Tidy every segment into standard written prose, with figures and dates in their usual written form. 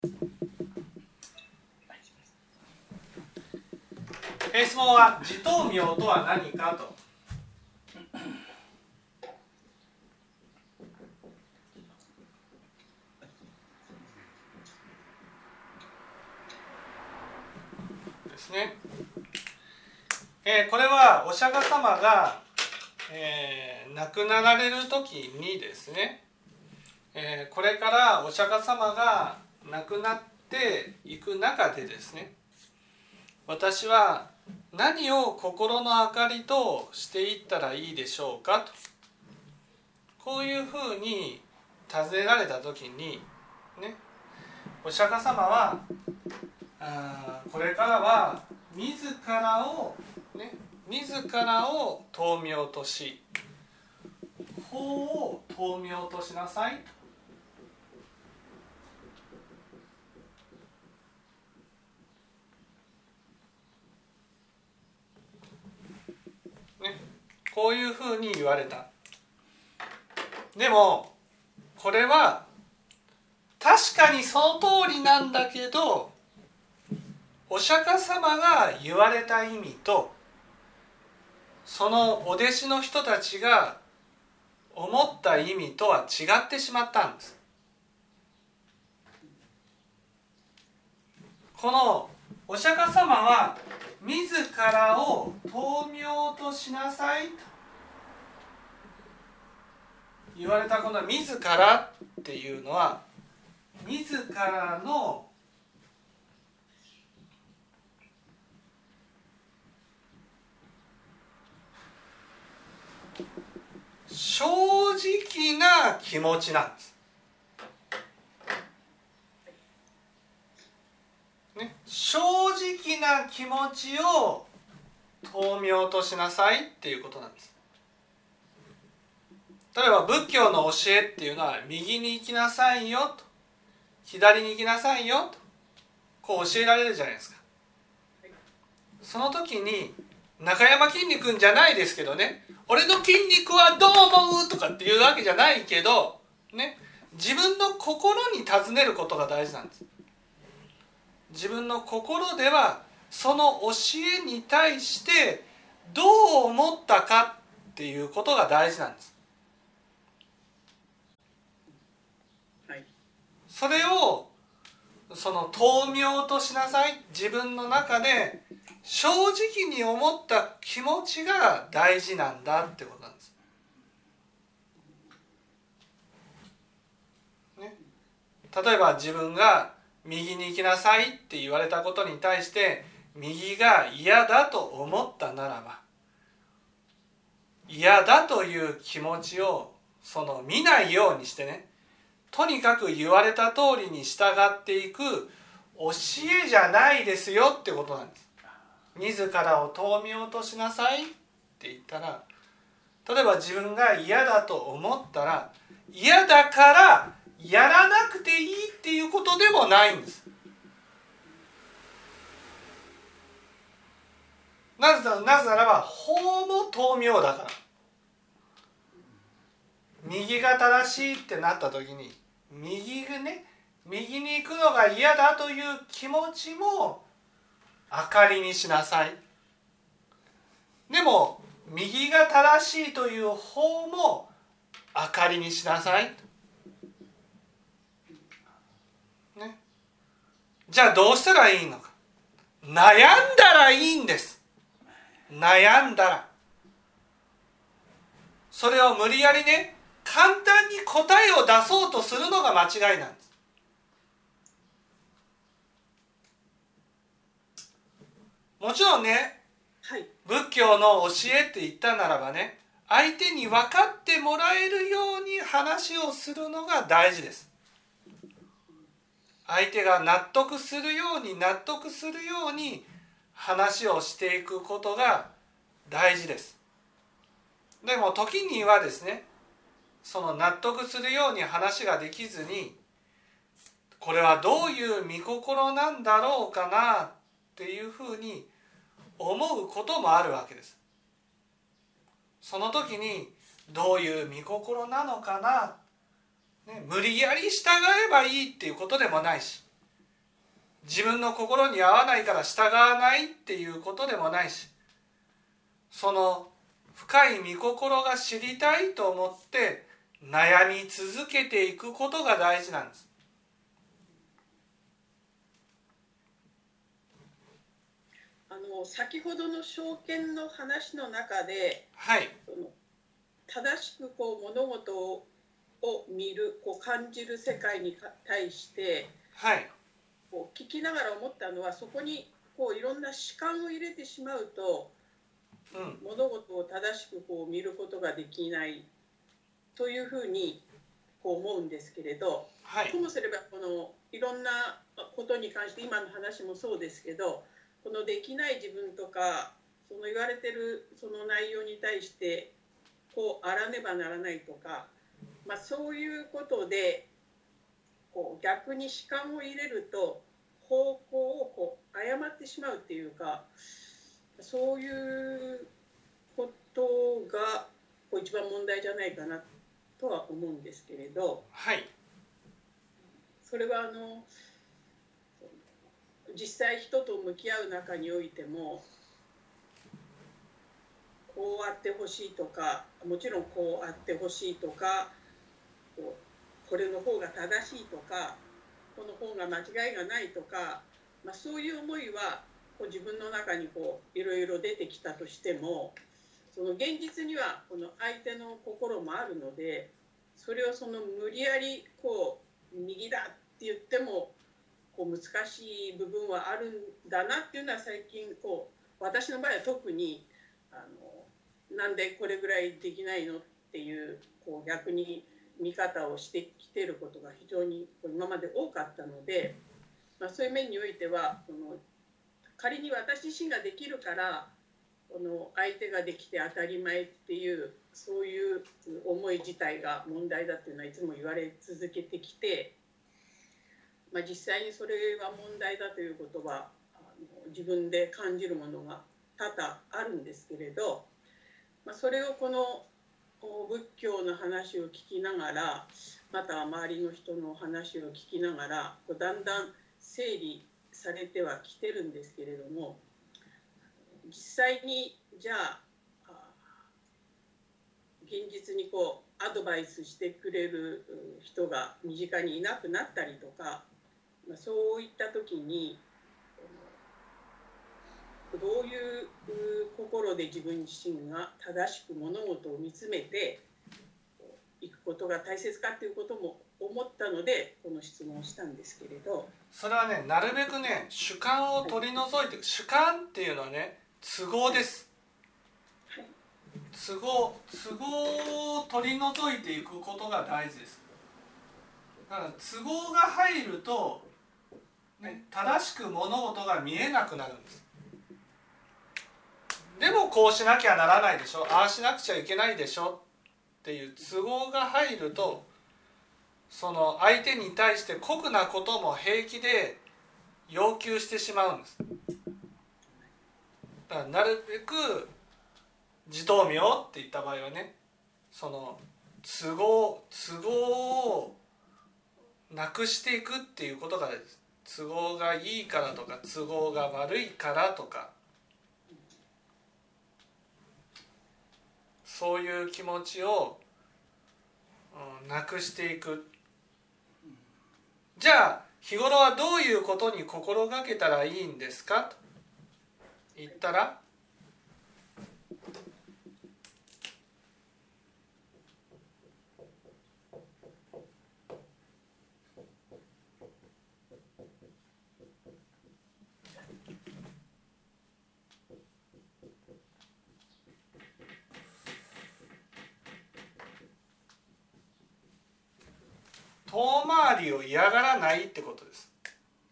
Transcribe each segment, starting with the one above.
質問は自灯明とは何かと。ですね。これはお釈迦様が、亡くなられる時にですね、これからお釈迦様が亡くなっていく中でですね、私は何を心の明かりとしていったらいいでしょうかと、こういうふうに尋ねられた時にね、お釈迦様はこれからは自らを灯明とし、法を灯明としなさいと、ね、こういうふうに言われた。でもこれは確かにその通りなんだけど、お釈迦様が言われた意味とそのお弟子の人たちが思った意味とは違ってしまったんです。このお釈迦様は自らを灯明としなさいと言われた、この自らっていうのは自らの正直な気持ちなんです、ね、正直な気持ちを灯明としなさいっていうことなんです。例えば仏教の教えっていうのは右に行きなさいよと、左に行きなさいよとこう教えられるじゃないですか。その時に中山きんに君じゃないですけどね、俺の筋肉はどう思うとかっていうわけじゃないけど、ね、自分の心に尋ねることが大事なんです。自分の心ではその教えに対してどう思ったかっていうことが大事なんです。それをその灯明としなさい、自分の中で正直に思った気持ちが大事なんだってことなんです、ね、例えば自分が右に行きなさいって言われたことに対して右が嫌だと思ったならば、嫌だという気持ちをその見ないようにしてね、とにかく言われた通りに従っていく教えじゃないですよってことなんです。自らを灯明としなさいって言ったら、例えば自分が嫌だと思ったら嫌だからやらなくていいっていうことでもないんです。なぜならば法も灯明だから。右が正しいってなった時に右に行くのが嫌だという気持ちも明かりにしなさい。でも右が正しいという方も明かりにしなさい、ね、じゃあどうしたらいいのか。悩んだらいいんです。悩んだらそれを無理やりね、簡単に答えを出そうとするのが間違いなんです。もちろんね、はい、仏教の教えって言ったならばね、相手に分かってもらえるように話をするのが大事です。相手が納得するように話をしていくことが大事です。でも時にはですね、その納得するように話ができずに、これはどういう御心なんだろうかなっていうふうに思うこともあるわけです。その時にどういう御心なのかな、ね、無理やり従えばいいっていうことでもないし、 自分の心に合わないから従わないっていうことでもないし、その深い御心が知りたいと思って悩み続けていくことが大事なんです。 先ほどの証券の話の中で、 はい、 正しく物事を見る、感じる世界に対して、 はい、 聞きながら思ったのは、そこにいろんな主観を入れてしまうと、物事を正しく見ることができないというふうに思うんですけれど、 はい、 ともすればいろんなことに関して、今の話もそうですけど、できない自分とか、言われてるその内容に対してあらねばならないとか、そういうことで逆に主観を入れると方向を誤ってしまうっていうか、そういうことが一番問題じゃないかなとは思うんですけれど、 はい、 それは実際人と向き合う中においても、こうあってほしいとか、もちろんこうあってほしいとか、これの方が正しいとか、この方が間違いがないとか、そういう思いは自分の中にいろいろ出てきたとしても、その現実には相手の心もあるので、それを無理やり右だって言っても難しい部分はあるんだなっていうのは、最近私の場合は特になんでこれぐらいできないのっていう逆に見方をしてきていることが非常に今まで多かったので、そういう面においては仮に私自身ができるから相手ができて当たり前っていう、そういう思い自体が問題だっていうのはいつも言われ続けてきて、実際にそれは問題だということは自分で感じるものが多々あるんですけれど、それを仏教の話を聞きながら、また周りの人の話を聞きながらだんだん整理されてはきてるんですけれども、実際にじゃあ現実にアドバイスしてくれる人が身近にいなくなったりとか、そういった時にどういう心で自分自身が正しく物事を見つめていくことが大切かということも思ったので、この質問をしたんですけれど、 それはね、なるべくね、主観を取り除いて、はい、主観っていうのはね、都合です、はい、都合を取り除いていくことが大事です。だから都合が入ると、ね、正しく物事が見えなくなるんです。でもこうしなきゃならないでしょ、ああしなくちゃいけないでしょっていう都合が入ると、その相手に対して酷なことも平気で要求してしまうんです。だからなるべく自灯明って言った場合はね、その都合をなくしていくっていうことがです。都合がいいからとか都合が悪いからとか、そういう気持ちをなくしていく。じゃあ日頃はどういうことに心がけたらいいんですかと言ったら、遠回りを嫌がらないってことです。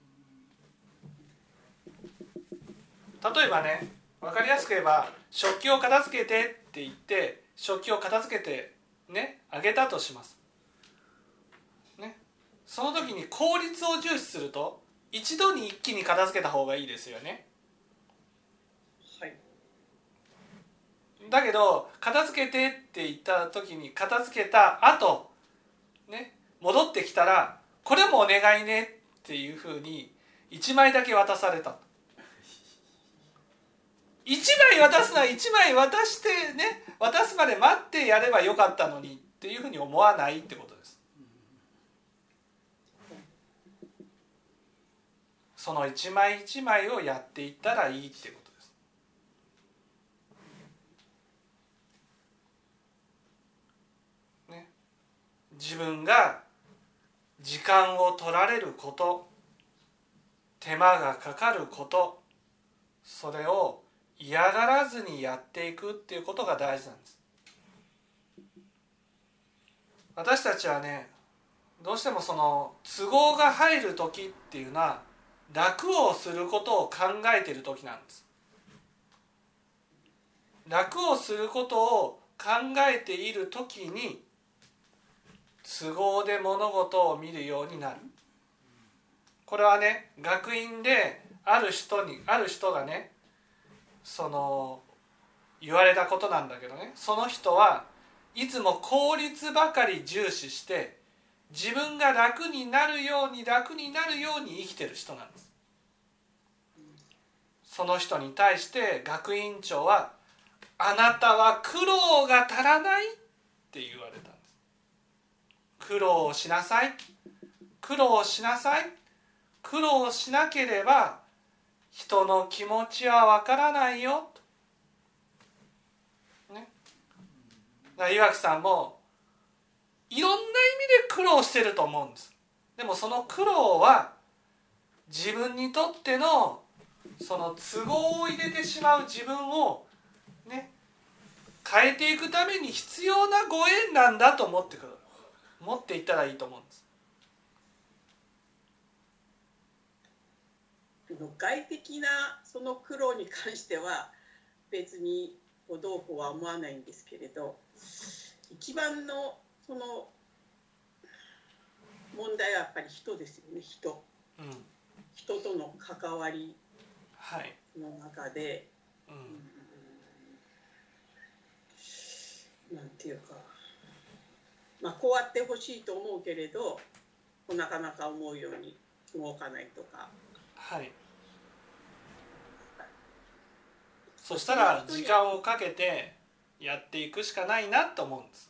例えばね、分かりやすく言えば、食器を片付けてって言って食器を片付けてね、あげたとします、ね、その時に効率を重視すると一度に一気に片付けた方がいいですよね。 はい。 だけど片付けてって言った時に片付けた後ね、戻ってきたらこれもお願いねっていうふうに 1枚だけ渡された。1枚渡すなら1枚渡してね、渡すまで待ってやればよかったのにっていうふうに思わないってことです。その1枚1枚をやっていったらいいってことです。ね、自分が時間を取られること、手間がかかること、それを嫌がらずにやっていくっていうことが大事なんです。私たちはね、どうしてもその都合が入る時っていうのは楽をすることを考えている時なんです。楽をすることを考えている時に都合で物事を見るようになる。これはね、学院である人がね、その言われたことなんだけどね、その人はいつも効率ばかり重視して自分が楽になるように生きてる人なんです。その人に対して学院長は、あなたは苦労が足らないって言われたんです。苦労をしなさい、苦労しなさい、苦労しなければ人の気持ちはわからないよ、ね、だから岩城さんもいろんな意味で苦労してると思うんです。でもその苦労は自分にとってのその都合を入れてしまう自分をね、変えていくために必要なご縁なんだと持っていったらいいと思うんです。 外的なその苦労に関しては別にどうこうは思わないんですけれど、一番のその問題はやっぱり人ですよね。人との関わりの中で、なんていうか、こうあってほしいと思うけれどなかなか思うように動かないとか、 そしたら時間をかけてやっていくしかないなと思うんです。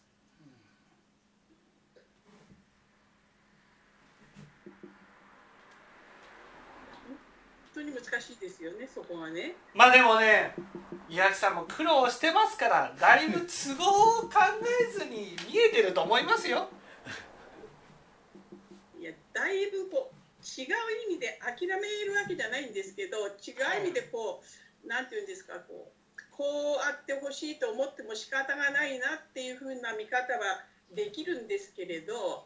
本当に難しいですよね、そこはね。 でもね、岩城さんも苦労してますから、だいぶ都合を考えずに見えてると思いますよ。 いや、だいぶこう違う意味で諦めるわけじゃないんですけど、違う意味でこう、なんていうんですか、こうあってほしいと思っても仕方がないなっていうふうな見方はできるんですけれど、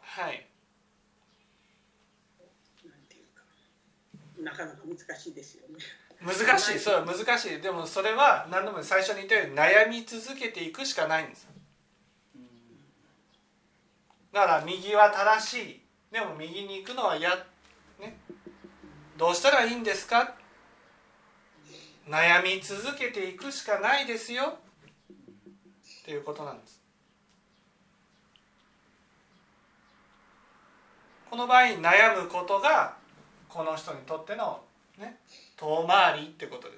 なんていうか、なかなか難しいですよね。 難しい、それは難しい。でもそれは何度も最初に言ったように悩み続けていくしかないんです。だから右は正しい、でも右に行くのはどうしたらいいんですか。悩み続けていくしかないですよっていうことなんです。この場合悩むことがこの人にとっての遠回りってことです。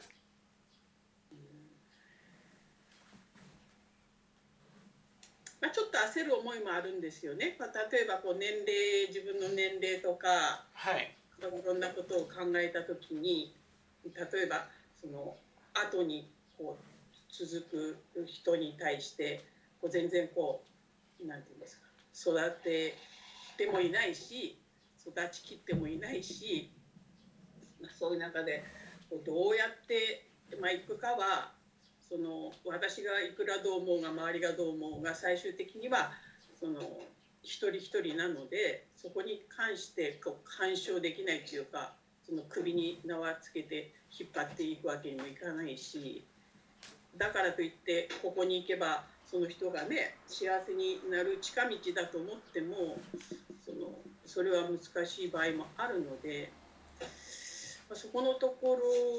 ちょっと焦る思いもあるんですよね。例えばこう自分の年齢とか、いろんなことを考えたときに、例えばその後にこう続く人に対して全然なんていうんですか、育ててもいないし育ちきってもいないし、そういう中でどうやっていくかは、その私がいくらどう思うが周りがどう思うが最終的にはその一人一人なので、そこに関して干渉できないというか、その首に縄つけて引っ張っていくわけにもいかないし、だからといってここに行けばその人がね幸せになる近道だと思ってもそれは難しい場合もあるので、そこのところ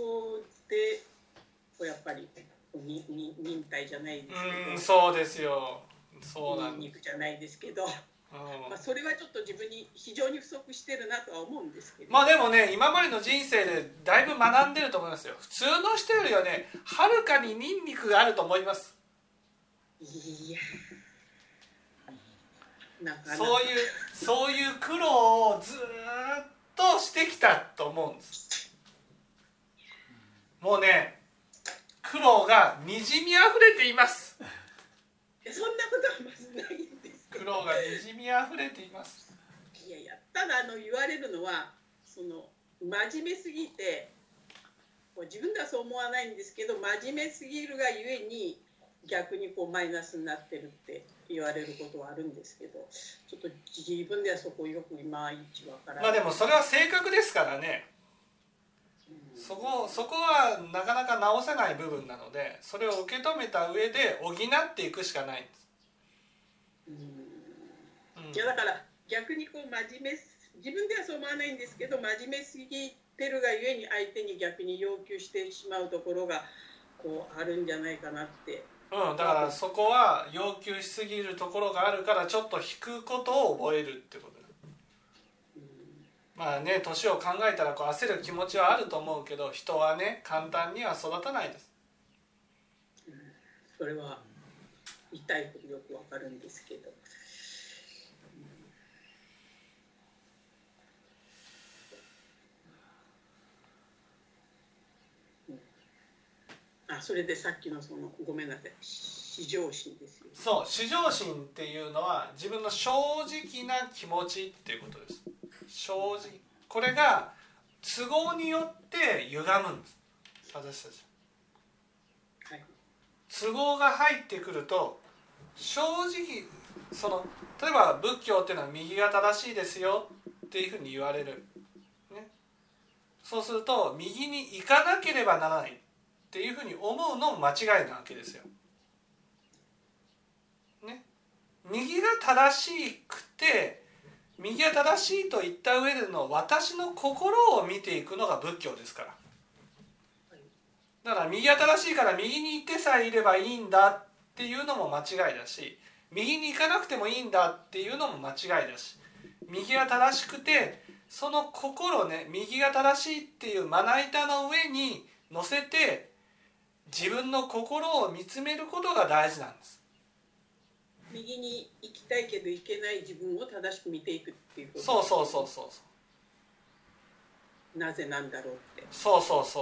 でやっぱり忍耐じゃないですけど、 そうですよ、そうなん肉じゃないですけど、 それはちょっと自分に非常に不足してるなとは思うんですけど、 まあでもね、今までの人生でだいぶ学んでると思いますよ。普通の人よりはね、はるかにニンニクがあると思います。 いや、なかなかそういう苦労をずっとしてきたと思うんです。もうね、苦労がにじみあふれています。 そんなことはまずないんですけど、 苦労がにじみあふれています。 いやいや、ただ言われるのは真面目すぎて、自分ではそう思わないんですけど、真面目すぎるがゆえに逆にマイナスになってるって言われることはあるんですけど、ちょっと自分ではそこよくいまいちわからない。 まあでもそれは性格ですからね。そこはなかなか直せない部分なので、それを受け止めた上で補っていくしかないんです。 いやだから逆に真面目、自分ではそう思わないんですけど、真面目すぎてるがゆえに相手に逆に要求してしまうところがあるんじゃないかなって。 だからそこは要求しすぎるところがあるから、ちょっと引くことを覚えるってことだ。まあね、年を考えたら焦る気持ちはあると思うけど、人はね、簡単には育たないです。 それは痛いほどよくわかるんですけど、それでさっきのごめんなさい、至上心ですよね。 そう、至上心っていうのは自分の正直な気持ちっていうことです。正直、これが都合によって歪むんです、私たち。 はい、 都合が入ってくると、正直例えば仏教っていうのは右が正しいですよっていうふうに言われる、ね、そうすると右に行かなければならないっていうふうに思うのも間違いなわけですよ、ね、右が正しくて、右が正しいと言った上での私の心を見ていくのが仏教ですから。だから右が正しいから右に行ってさえいればいいんだっていうのも間違いだし、右に行かなくてもいいんだっていうのも間違いだし、右が正しくてその心ね、右が正しいっていうまな板の上に乗せて自分の心を見つめることが大事なんです。 右に行きたいけど行けない自分を正しく見ていくっていうこと。そうなぜなんだろうって。そう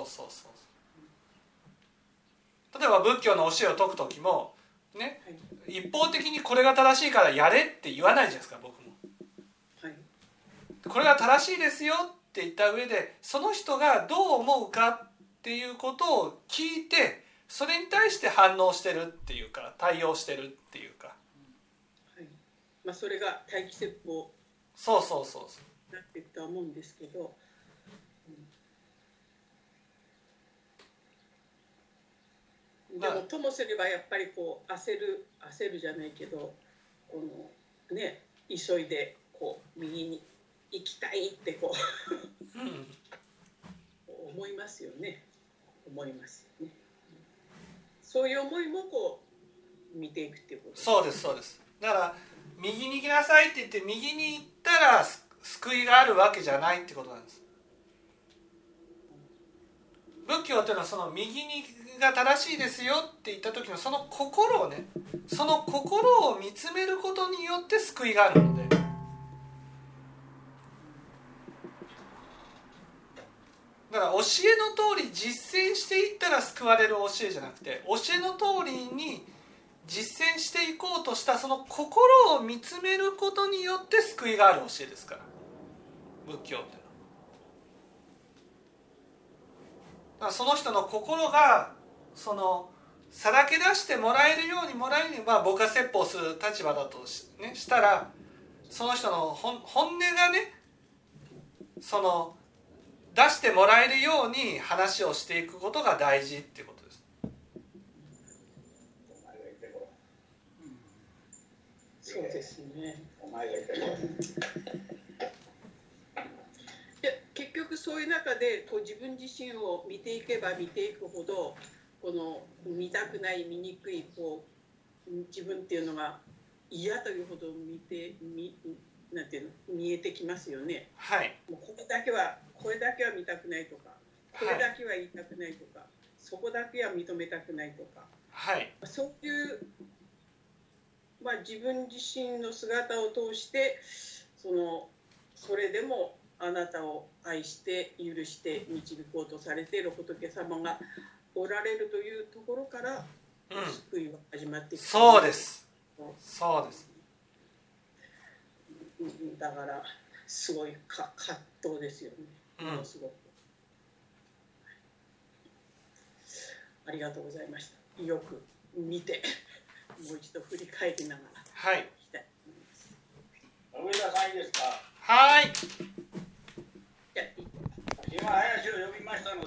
例えば仏教の教えを説く時もね、はい、一方的にこれが正しいからやれって言わないじゃないですか、僕も、 はい、 これが正しいですよって言った上で、その人がどう思うかっていうことを聞いて、それに対して反応してるっていうか、対応してるっていうか、 はい、それが待機説法なっていくと思うんですけど、でもともすればやっぱり焦るじゃないけど、ね、急いで右に行きたいって思いますよね。そういう思いも見ていくっていうこと。 そうです。だから右に行きなさいって言って右に行ったら救いがあるわけじゃないってことなんです。仏教っていうのはその右にが正しいですよって言った時のその心をね、その心を見つめることによって救いがあるので、だから教えの通り実践していったら救われる教えじゃなくて、教えの通りに実践していこうとしたその心を見つめることによって救いがある教えですから、仏教って。だからその人の心がさらけ出してもらえるように僕が説法する立場だとしたら、その人の本音がね、出してもらえるように話をしていくことが大事っていうことです。 そうですね。結局そういう中で自分自身を見ていけば見ていくほど、見たくない見にくい自分っていうのが嫌というほどなんていうの、見えてきますよね。 はい、 もうこれだけは見たくないとか、これだけは言いたくないとか、そこだけは認めたくないとか、 はい、 そういう、自分自身の姿を通してそれでもあなたを愛して許して導こうとされている仏様がおられるというところから、救いは始まっていく。 そうです。そうです。 だからすごい葛藤ですよね。ものすごく。ありがとうございました。よく見て、もう一度振り返りながら。 はい。 上田さんいいですか。 はい。 今林を呼びましたので。